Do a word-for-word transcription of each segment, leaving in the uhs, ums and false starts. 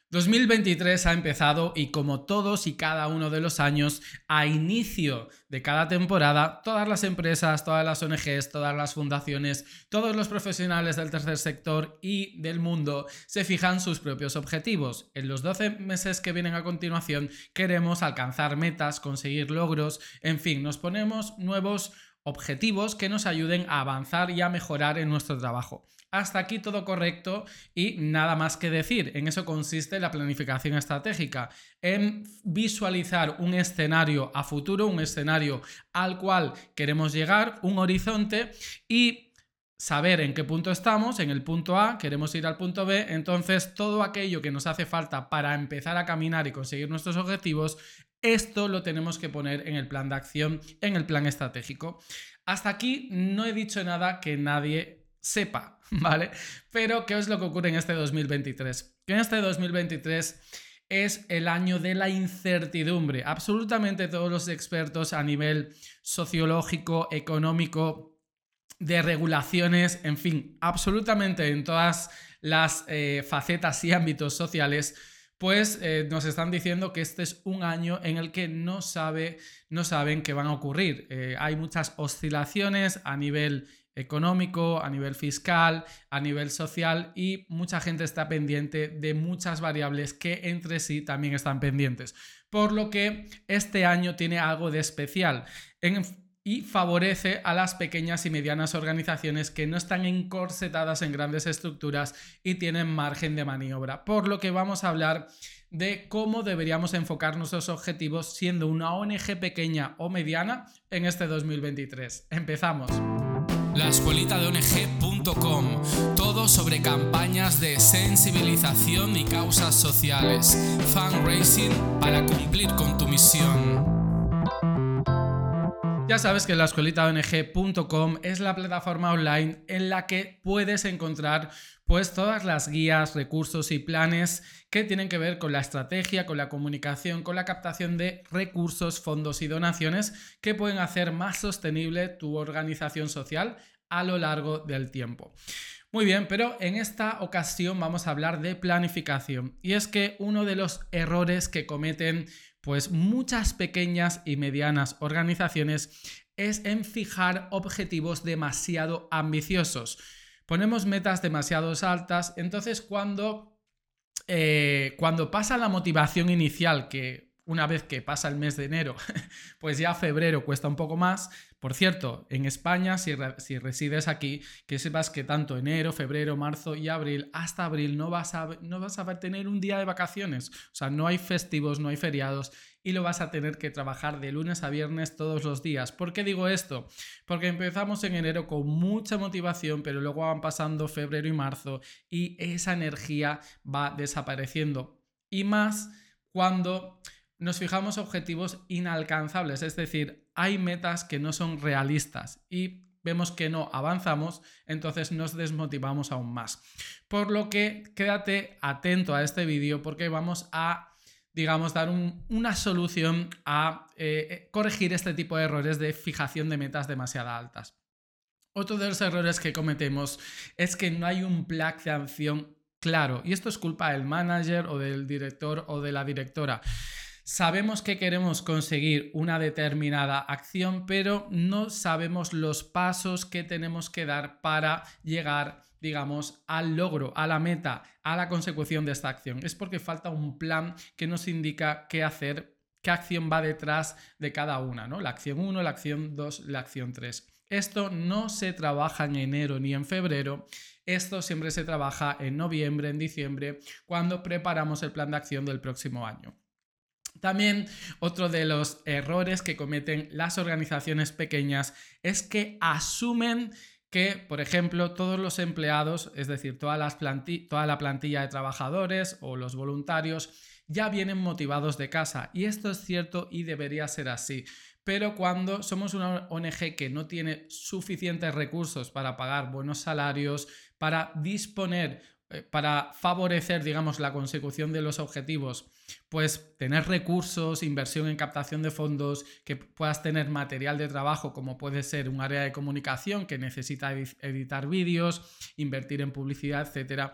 dos mil veintitrés ha empezado y como todos y cada uno de los años, a inicio de cada temporada, todas las empresas, todas las O N Ges, todas las fundaciones, todos los profesionales del tercer sector y del mundo se fijan sus propios objetivos. En los doce meses que vienen a continuación queremos alcanzar metas, conseguir logros, en fin, nos ponemos nuevos objetivos que nos ayuden a avanzar y a mejorar en nuestro trabajo. Hasta aquí todo correcto y nada más que decir. En eso consiste la planificación estratégica, en visualizar un escenario a futuro, un escenario al cual queremos llegar, un horizonte y saber en qué punto estamos. En el punto A queremos ir al punto B, entonces todo aquello que nos hace falta para empezar a caminar y conseguir nuestros objetivos, esto lo tenemos que poner en el plan de acción, en el plan estratégico. Hasta aquí no he dicho nada que nadie sepa, ¿vale? Pero ¿qué es lo que ocurre en este dos mil veintitrés? Que en este dos mil veintitrés es el año de la incertidumbre. Absolutamente todos los expertos a nivel sociológico, económico, de regulaciones, en fin, absolutamente en todas las eh, facetas y ámbitos sociales, pues eh, nos están diciendo que este es un año en el que no, sabe, no saben qué van a ocurrir. Eh, hay muchas oscilaciones a nivel económico, a nivel fiscal, a nivel social y mucha gente está pendiente de muchas variables que entre sí también están pendientes. Por lo que este año tiene algo de especial en y favorece a las pequeñas y medianas organizaciones que no están encorsetadas en grandes estructuras y tienen margen de maniobra. Por lo que vamos a hablar de cómo deberíamos enfocar nuestros objetivos siendo una O N Ge pequeña o mediana en este dos mil veintitrés. Empezamos. La escuelita de O N Ge punto com, todo sobre campañas de sensibilización y causas sociales, fundraising para cumplir con tu misión. Ya sabes que la escuelita de O N Ge punto com es la plataforma online en la que puedes encontrar pues todas las guías, recursos y planes que tienen que ver con la estrategia, con la comunicación, con la captación de recursos, fondos y donaciones que pueden hacer más sostenible tu organización social a lo largo del tiempo. Muy bien, pero en esta ocasión vamos a hablar de planificación y es que uno de los errores que cometen pues muchas pequeñas y medianas organizaciones es en fijar objetivos demasiado ambiciosos. Ponemos metas demasiado altas, entonces cuando, eh, cuando pasa la motivación inicial, que una vez que pasa el mes de enero, pues ya febrero cuesta un poco más. Por cierto, en España, si, re, si resides aquí, que sepas que tanto enero, febrero, marzo y abril, hasta abril no vas, a, no vas a tener un día de vacaciones. O sea, no hay festivos, no hay feriados y lo vas a tener que trabajar de lunes a viernes todos los días. ¿Por qué digo esto? Porque empezamos en enero con mucha motivación, pero luego van pasando febrero y marzo y esa energía va desapareciendo. Y más cuando nos fijamos objetivos inalcanzables, es decir, hay metas que no son realistas y vemos que no avanzamos, entonces nos desmotivamos aún más. Por lo que quédate atento a este vídeo porque vamos a, digamos, dar un, una solución a eh, corregir este tipo de errores de fijación de metas demasiado altas. Otro de los errores que cometemos es que no hay un plan de acción claro y esto es culpa del manager o del director o de la directora. Sabemos que queremos conseguir una determinada acción, pero no sabemos los pasos que tenemos que dar para llegar, digamos, al logro, a la meta, a la consecución de esta acción. Es porque falta un plan que nos indica qué hacer, qué acción va detrás de cada una, ¿no? La acción uno, la acción dos, la acción tres. Esto no se trabaja en enero ni en febrero. Esto siempre se trabaja en noviembre, en diciembre, cuando preparamos el plan de acción del próximo año. También otro de los errores que cometen las organizaciones pequeñas es que asumen que, por ejemplo, todos los empleados, es decir, toda, las planti- toda la plantilla de trabajadores o los voluntarios, ya vienen motivados de casa. Y esto es cierto y debería ser así. Pero cuando somos una O N Ge que no tiene suficientes recursos para pagar buenos salarios, para disponer, para favorecer, digamos, la consecución de los objetivos, pues tener recursos, inversión en captación de fondos, que puedas tener material de trabajo como puede ser un área de comunicación que necesita editar vídeos, invertir en publicidad, etcétera,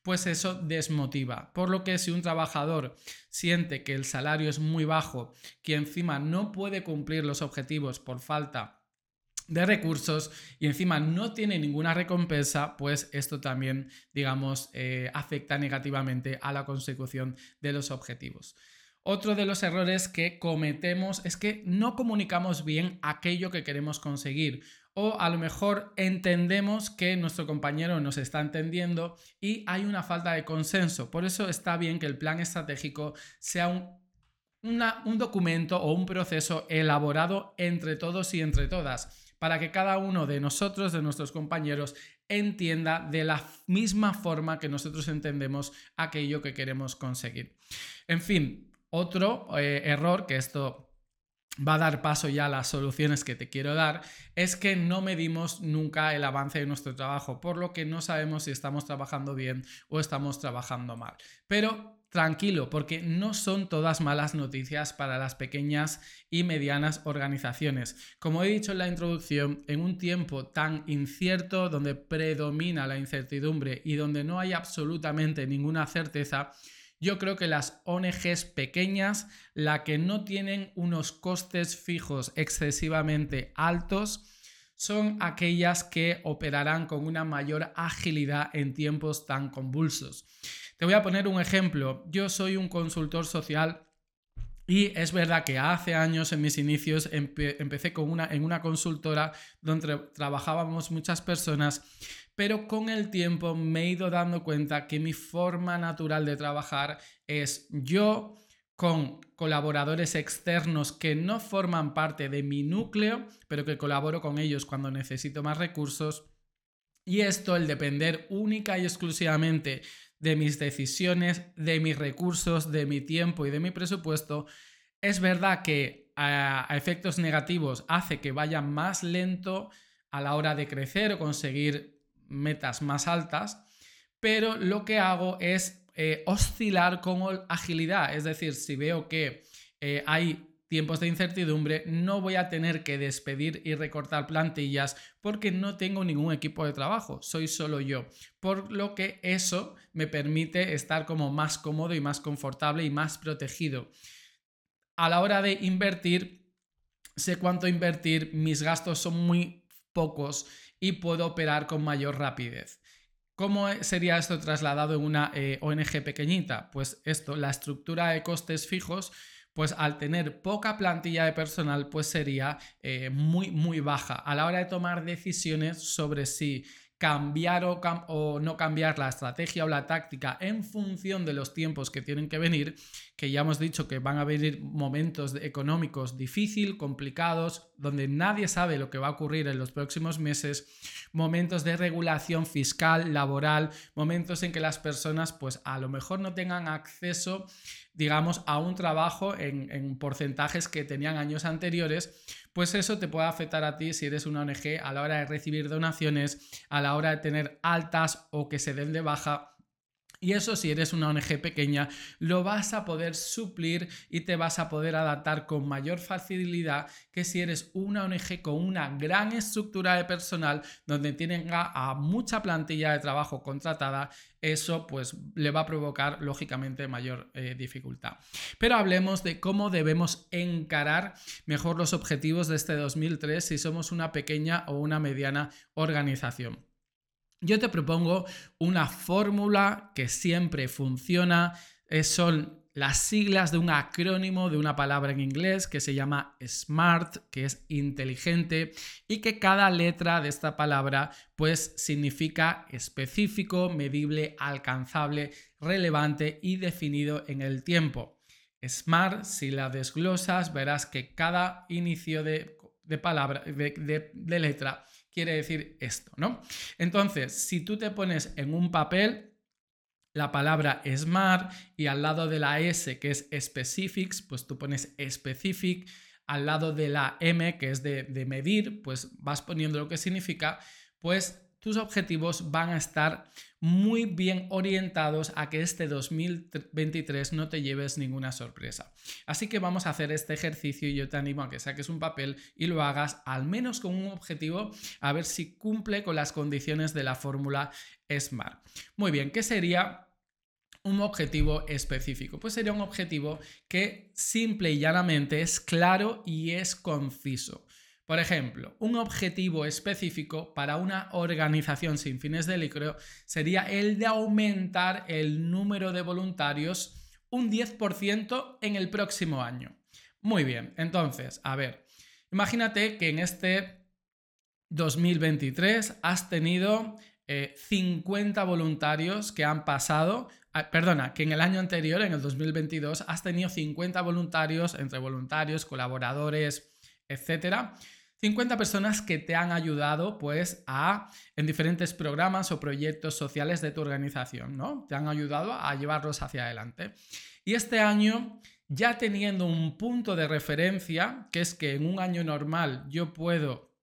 pues eso desmotiva. Por lo que si un trabajador siente que el salario es muy bajo, que encima no puede cumplir los objetivos por falta de recursos y encima no tiene ninguna recompensa, pues esto también, digamos, eh, afecta negativamente a la consecución de los objetivos. Otro de los errores que cometemos es que no comunicamos bien aquello que queremos conseguir, o a lo mejor entendemos que nuestro compañero nos está entendiendo y hay una falta de consenso. Por eso está bien que el plan estratégico sea un, una, un documento o un proceso elaborado entre todos y entre todas, para que cada uno de nosotros, de nuestros compañeros, entienda de la misma forma que nosotros entendemos aquello que queremos conseguir. En fin, otro eh, error, que esto va a dar paso ya a las soluciones que te quiero dar, es que no medimos nunca el avance de nuestro trabajo, por lo que no sabemos si estamos trabajando bien o estamos trabajando mal. Pero tranquilo, porque no son todas malas noticias para las pequeñas y medianas organizaciones. Como he dicho en la introducción, en un tiempo tan incierto, donde predomina la incertidumbre y donde no hay absolutamente ninguna certeza, yo creo que las O N Ges pequeñas, las que no tienen unos costes fijos excesivamente altos, son aquellas que operarán con una mayor agilidad en tiempos tan convulsos. Te voy a poner un ejemplo. Yo soy un consultor social y es verdad que hace años, en mis inicios, empe- empecé con una, en una consultora donde trabajábamos muchas personas, pero con el tiempo me he ido dando cuenta que mi forma natural de trabajar es yo con colaboradores externos que no forman parte de mi núcleo, pero que colaboro con ellos cuando necesito más recursos. Y esto, el depender única y exclusivamente de mis decisiones, de mis recursos, de mi tiempo y de mi presupuesto, es verdad que a, a efectos negativos hace que vaya más lento a la hora de crecer o conseguir metas más altas, pero lo que hago es eh, oscilar con agilidad. Es decir, si veo que eh, hay tiempos de incertidumbre, no voy a tener que despedir y recortar plantillas porque no tengo ningún equipo de trabajo, soy solo yo. Por lo que eso me permite estar como más cómodo y más confortable y más protegido. A la hora de invertir, sé cuánto invertir, mis gastos son muy pocos y puedo operar con mayor rapidez. ¿Cómo sería esto trasladado en una eh, O N Ge pequeñita? Pues esto, la estructura de costes fijos, pues al tener poca plantilla de personal, pues sería eh, muy, muy baja a la hora de tomar decisiones sobre si cambiar o, cam- o no cambiar la estrategia o la táctica en función de los tiempos que tienen que venir, que ya hemos dicho que van a venir momentos económicos difíciles, complicados, donde nadie sabe lo que va a ocurrir en los próximos meses, momentos de regulación fiscal, laboral, momentos en que las personas pues a lo mejor no tengan acceso, digamos, a un trabajo en, en porcentajes que tenían años anteriores, pues eso te puede afectar a ti si eres una O N Ge a la hora de recibir donaciones, a la hora de tener altas o que se den de baja. Y eso, si eres una O N Ge pequeña, lo vas a poder suplir y te vas a poder adaptar con mayor facilidad que si eres una O N Ge con una gran estructura de personal donde tienen a, a mucha plantilla de trabajo contratada. Eso pues le va a provocar lógicamente mayor eh, dificultad. Pero hablemos de cómo debemos encarar mejor los objetivos de este dos mil tres si somos una pequeña o una mediana organización. Yo te propongo una fórmula que siempre funciona, son las siglas de un acrónimo de una palabra en inglés que se llama SMART, que es inteligente, y que cada letra de esta palabra pues significa específico, medible, alcanzable, relevante y definido en el tiempo. SMART, si la desglosas, verás que cada inicio de, de palabra, de, de, de letra quiere decir esto, ¿no? Entonces, si tú te pones en un papel la palabra SMART y al lado de la S, que es specifics, pues tú pones specific, al lado de la M, que es de, de medir, pues vas poniendo lo que significa, pues tus objetivos van a estar muy bien orientados a que este dos mil veintitrés no te lleves ninguna sorpresa. Así que vamos a hacer este ejercicio y yo te animo a que saques un papel y lo hagas al menos con un objetivo, a ver si cumple con las condiciones de la fórmula SMART. Muy bien, ¿qué sería un objetivo específico? Pues sería un objetivo que simple y llanamente es claro y es conciso. Por ejemplo, un objetivo específico para una organización sin fines de lucro sería el de aumentar el número de voluntarios un diez por ciento en el próximo año. Muy bien, entonces, a ver, imagínate que en este dos mil veintitrés has tenido eh, cincuenta voluntarios que han pasado, ah, perdona, que en el año anterior, en el dos mil veintidós, has tenido cincuenta voluntarios, entre voluntarios, colaboradores, etcétera, cincuenta personas que te han ayudado pues a en diferentes programas o proyectos sociales de tu organización, ¿no? Te han ayudado a llevarlos hacia adelante. Y este año, ya teniendo un punto de referencia, que es que en un año normal yo puedo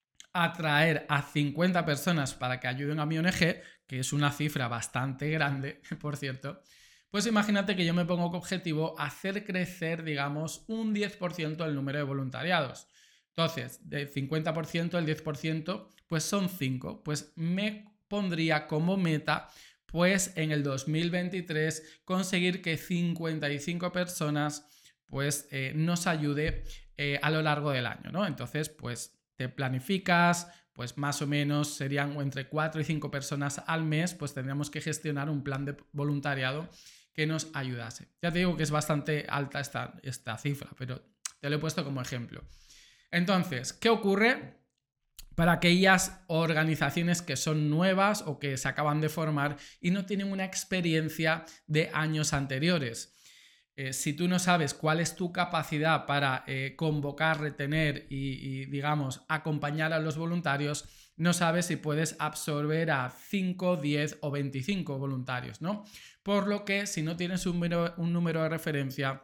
atraer a cincuenta personas para que ayuden a mi O N G, que es una cifra bastante grande, por cierto, pues imagínate que yo me pongo como objetivo hacer crecer, digamos, un diez por ciento el número de voluntariados. Entonces, del cincuenta por ciento, el diez por ciento, pues son cinco. Pues me pondría como meta, pues en el dos mil veintitrés, conseguir que cincuenta y cinco personas pues eh, nos ayude eh, a lo largo del año, ¿no? Entonces, pues te planificas, pues más o menos serían entre cuatro y cinco personas al mes, pues tendríamos que gestionar un plan de voluntariado que nos ayudase. Ya te digo que es bastante alta esta, esta cifra, pero te lo he puesto como ejemplo. Entonces, ¿qué ocurre para aquellas organizaciones que son nuevas o que se acaban de formar y no tienen una experiencia de años anteriores? Eh, si tú no sabes cuál es tu capacidad para eh, convocar, retener y, y, digamos, acompañar a los voluntarios, no sabes si puedes absorber a cinco, diez o veinticinco voluntarios, ¿no? Por lo que, si no tienes un número, un número de referencia,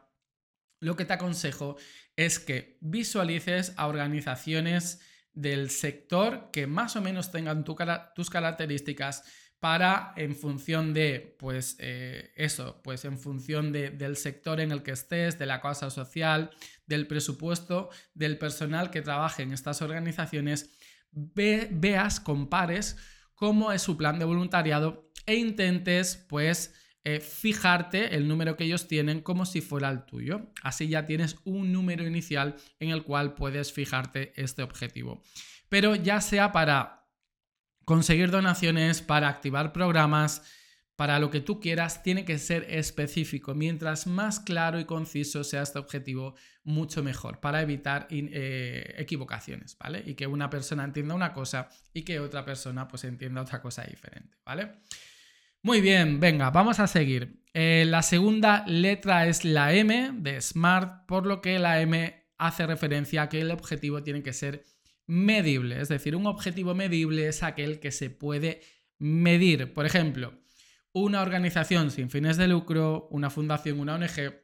lo que te aconsejo es que visualices a organizaciones del sector que más o menos tengan tu, tus características para, en función de, pues eh, eso, pues en función de, del sector en el que estés, de la causa social, del presupuesto, del personal que trabaje en estas organizaciones, ve, veas, compares cómo es su plan de voluntariado e intentes, pues, Eh, fijarte el número que ellos tienen como si fuera el tuyo. Así ya tienes un número inicial en el cual puedes fijarte este objetivo. Pero ya sea para conseguir donaciones, para activar programas, para lo que tú quieras, tiene que ser específico. Mientras más claro y conciso sea este objetivo, mucho mejor, para evitar eh, equivocaciones, ¿vale? Y que una persona entienda una cosa y que otra persona pues entienda otra cosa diferente, ¿vale? Muy bien, venga, vamos a seguir. Eh, la segunda letra es la M de SMART, por lo que la M hace referencia a que el objetivo tiene que ser medible. Es decir, un objetivo medible es aquel que se puede medir. Por ejemplo, una organización sin fines de lucro, una fundación, una O N G,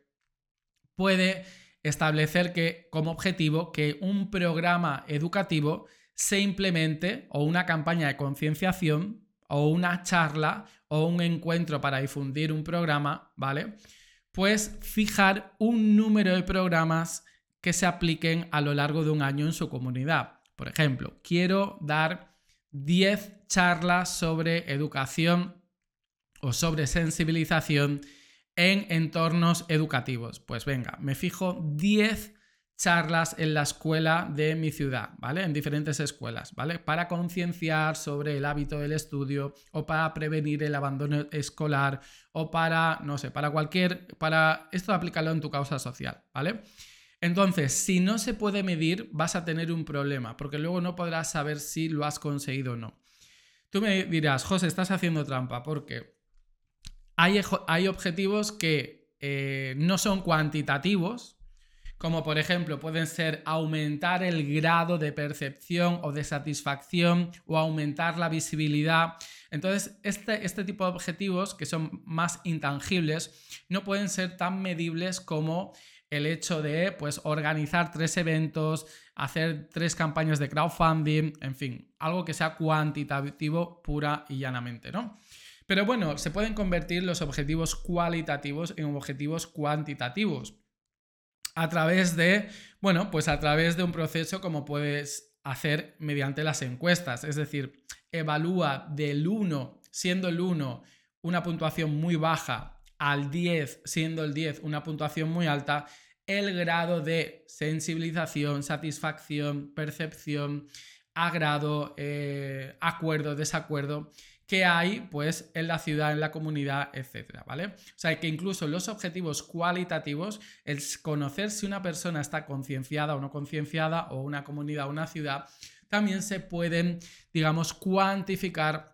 puede establecer que, como objetivo que un programa educativo se implemente o una campaña de concienciación o una charla o un encuentro para difundir un programa, ¿vale? Pues fijar un número de programas que se apliquen a lo largo de un año en su comunidad. Por ejemplo, quiero dar diez charlas sobre educación o sobre sensibilización en entornos educativos. Pues venga, me fijo diez charlas en la escuela de mi ciudad, ¿vale? En diferentes escuelas, ¿vale? Para concienciar sobre el hábito del estudio o para prevenir el abandono escolar o para, no sé, para cualquier, para esto aplícalo en tu causa social, ¿vale? Entonces, si no se puede medir, vas a tener un problema, porque luego no podrás saber si lo has conseguido o no. Tú me dirás, José, estás haciendo trampa, porque hay, hay objetivos que eh, no son cuantitativos, como por ejemplo pueden ser aumentar el grado de percepción o de satisfacción o aumentar la visibilidad. Entonces, este, este tipo de objetivos, que son más intangibles, no pueden ser tan medibles como el hecho de pues, organizar tres eventos, hacer tres campañas de crowdfunding, en fin, algo que sea cuantitativo pura y llanamente, ¿no? Pero bueno, se pueden convertir los objetivos cualitativos en objetivos cuantitativos a través de, bueno, pues a través de un proceso como puedes hacer mediante las encuestas, es decir, evalúa del uno, siendo el uno una puntuación muy baja, al diez, siendo el diez una puntuación muy alta, el grado de sensibilización, satisfacción, percepción, agrado, eh, acuerdo, desacuerdo que hay pues en la ciudad, en la comunidad, etcétera, ¿vale? O sea, que incluso los objetivos cualitativos, el conocer si una persona está concienciada o no concienciada, o una comunidad o una ciudad, también se pueden, digamos, cuantificar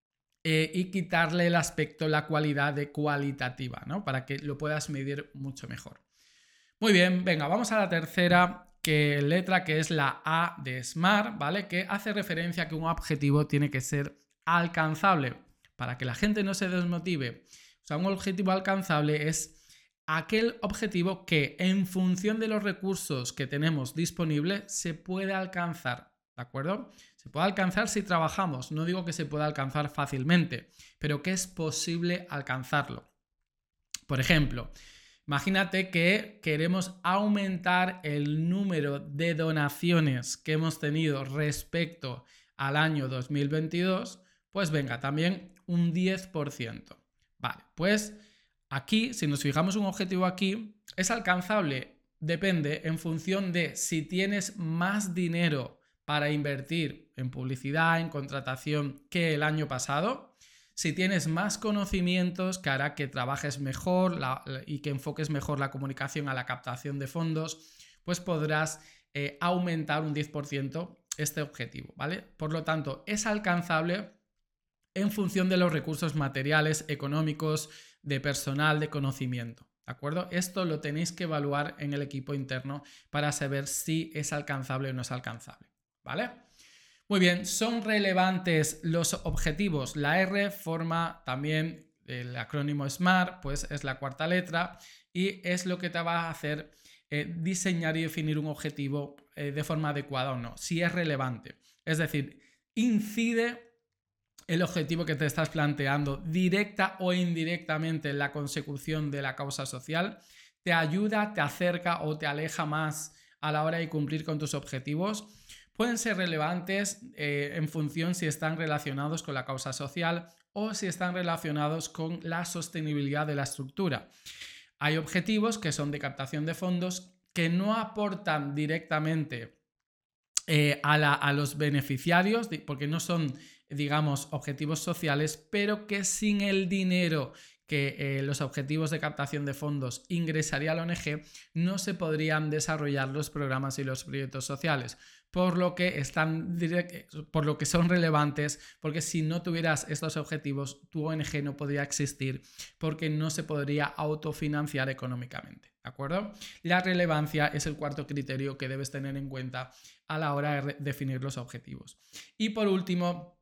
eh, y quitarle el aspecto, la cualidad de cualitativa, ¿no? Para que lo puedas medir mucho mejor. Muy bien, venga, vamos a la tercera que letra, que es la A de SMART, ¿vale? Que hace referencia a que un objetivo tiene que ser alcanzable, para que la gente no se desmotive. O sea, un objetivo alcanzable es aquel objetivo que en función de los recursos que tenemos disponibles se puede alcanzar, ¿de acuerdo? Se puede alcanzar si trabajamos, no digo que se pueda alcanzar fácilmente, pero que es posible alcanzarlo. Por ejemplo, imagínate que queremos aumentar el número de donaciones que hemos tenido respecto al año dos mil veintidós, pues venga, también un diez por ciento. Vale, pues aquí, si nos fijamos un objetivo aquí, ¿es alcanzable? Depende en función de si tienes más dinero para invertir en publicidad, en contratación que el año pasado, si tienes más conocimientos que hará que trabajes mejor la, y que enfoques mejor la comunicación a la captación de fondos, pues podrás eh, aumentar un diez por ciento este objetivo, ¿vale? Por lo tanto, es alcanzable en función de los recursos materiales, económicos, de personal, de conocimiento, ¿de acuerdo? Esto lo tenéis que evaluar en el equipo interno para saber si es alcanzable o no es alcanzable, ¿vale? Muy bien, ¿son relevantes los objetivos? La R forma también el acrónimo SMART, pues es la cuarta letra y es lo que te va a hacer eh, diseñar y definir un objetivo eh, de forma adecuada o no, si es relevante. Es decir, incide el objetivo que te estás planteando directa o indirectamente en la consecución de la causa social, te ayuda, te acerca o te aleja más a la hora de cumplir con tus objetivos. Pueden ser relevantes eh, en función si están relacionados con la causa social o si están relacionados con la sostenibilidad de la estructura. Hay objetivos que son de captación de fondos que no aportan directamente eh, a, la, a los beneficiarios porque no son, digamos, objetivos sociales, pero que sin el dinero que eh, los objetivos de captación de fondos ingresaría a la O N G no se podrían desarrollar los programas y los proyectos sociales, por lo que están por lo que son relevantes, porque si no tuvieras estos objetivos, tu O N G no podría existir porque no se podría autofinanciar económicamente, ¿de acuerdo? La relevancia es el cuarto criterio que debes tener en cuenta a la hora de definir los objetivos. Y por último,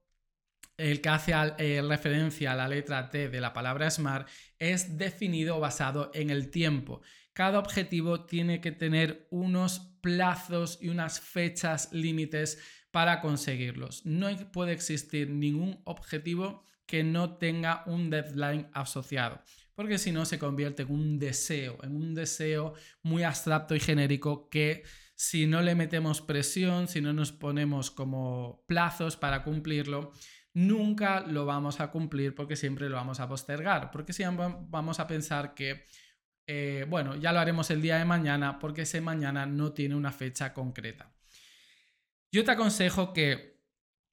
el que hace eh, referencia a la letra T de la palabra SMART es definido basado en el tiempo. Cada objetivo tiene que tener unos plazos y unas fechas límites para conseguirlos. No puede existir ningún objetivo que no tenga un deadline asociado, porque si no se convierte en un deseo, en un deseo muy abstracto y genérico que si no le metemos presión, si no nos ponemos como plazos para cumplirlo, nunca lo vamos a cumplir porque siempre lo vamos a postergar, porque siempre vamos a pensar que, eh, bueno, ya lo haremos el día de mañana porque ese mañana no tiene una fecha concreta. Yo te aconsejo que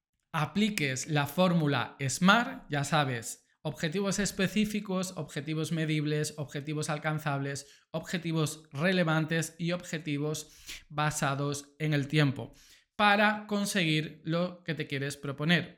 apliques la fórmula SMART, ya sabes, objetivos específicos, objetivos medibles, objetivos alcanzables, objetivos relevantes y objetivos basados en el tiempo para conseguir lo que te quieres proponer.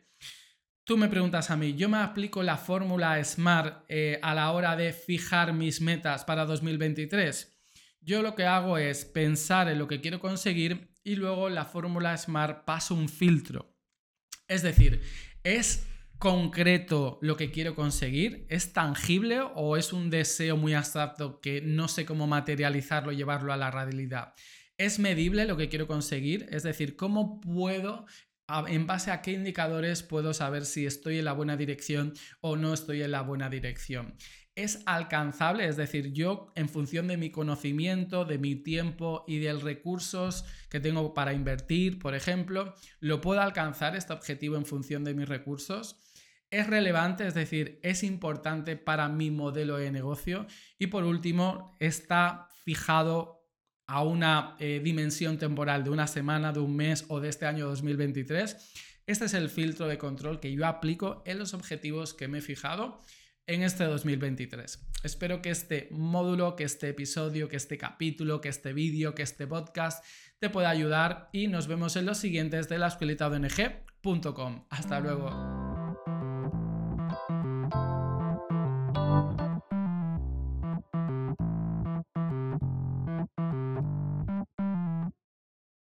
Tú me preguntas a mí, yo me aplico la fórmula SMART eh, a la hora de fijar mis metas para dos mil veintitrés. Yo lo que hago es pensar en lo que quiero conseguir y luego la fórmula SMART pasa un filtro. Es decir, es concreto lo que quiero conseguir? ¿Es tangible o es un deseo muy abstracto que no sé cómo materializarlo y llevarlo a la realidad? ¿Es medible lo que quiero conseguir? Es decir, ¿cómo puedo, en base a qué indicadores puedo saber si estoy en la buena dirección o no estoy en la buena dirección? ¿Es alcanzable? Es decir, yo en función de mi conocimiento, de mi tiempo y de los recursos que tengo para invertir, por ejemplo, ¿lo puedo alcanzar este objetivo en función de mis recursos? ¿Es relevante? Es decir, ¿es importante para mi modelo de negocio? Y por último, ¿está fijado a una eh, dimensión temporal de una semana, de un mes o de este año dos mil veintitrés? Este es el filtro de control que yo aplico en los objetivos que me he fijado en este dos mil veintitrés. Espero que este módulo, que este episodio, que este capítulo, que este vídeo, que este podcast te pueda ayudar y nos vemos en los siguientes de la escuelita de O N G punto com. Hasta luego.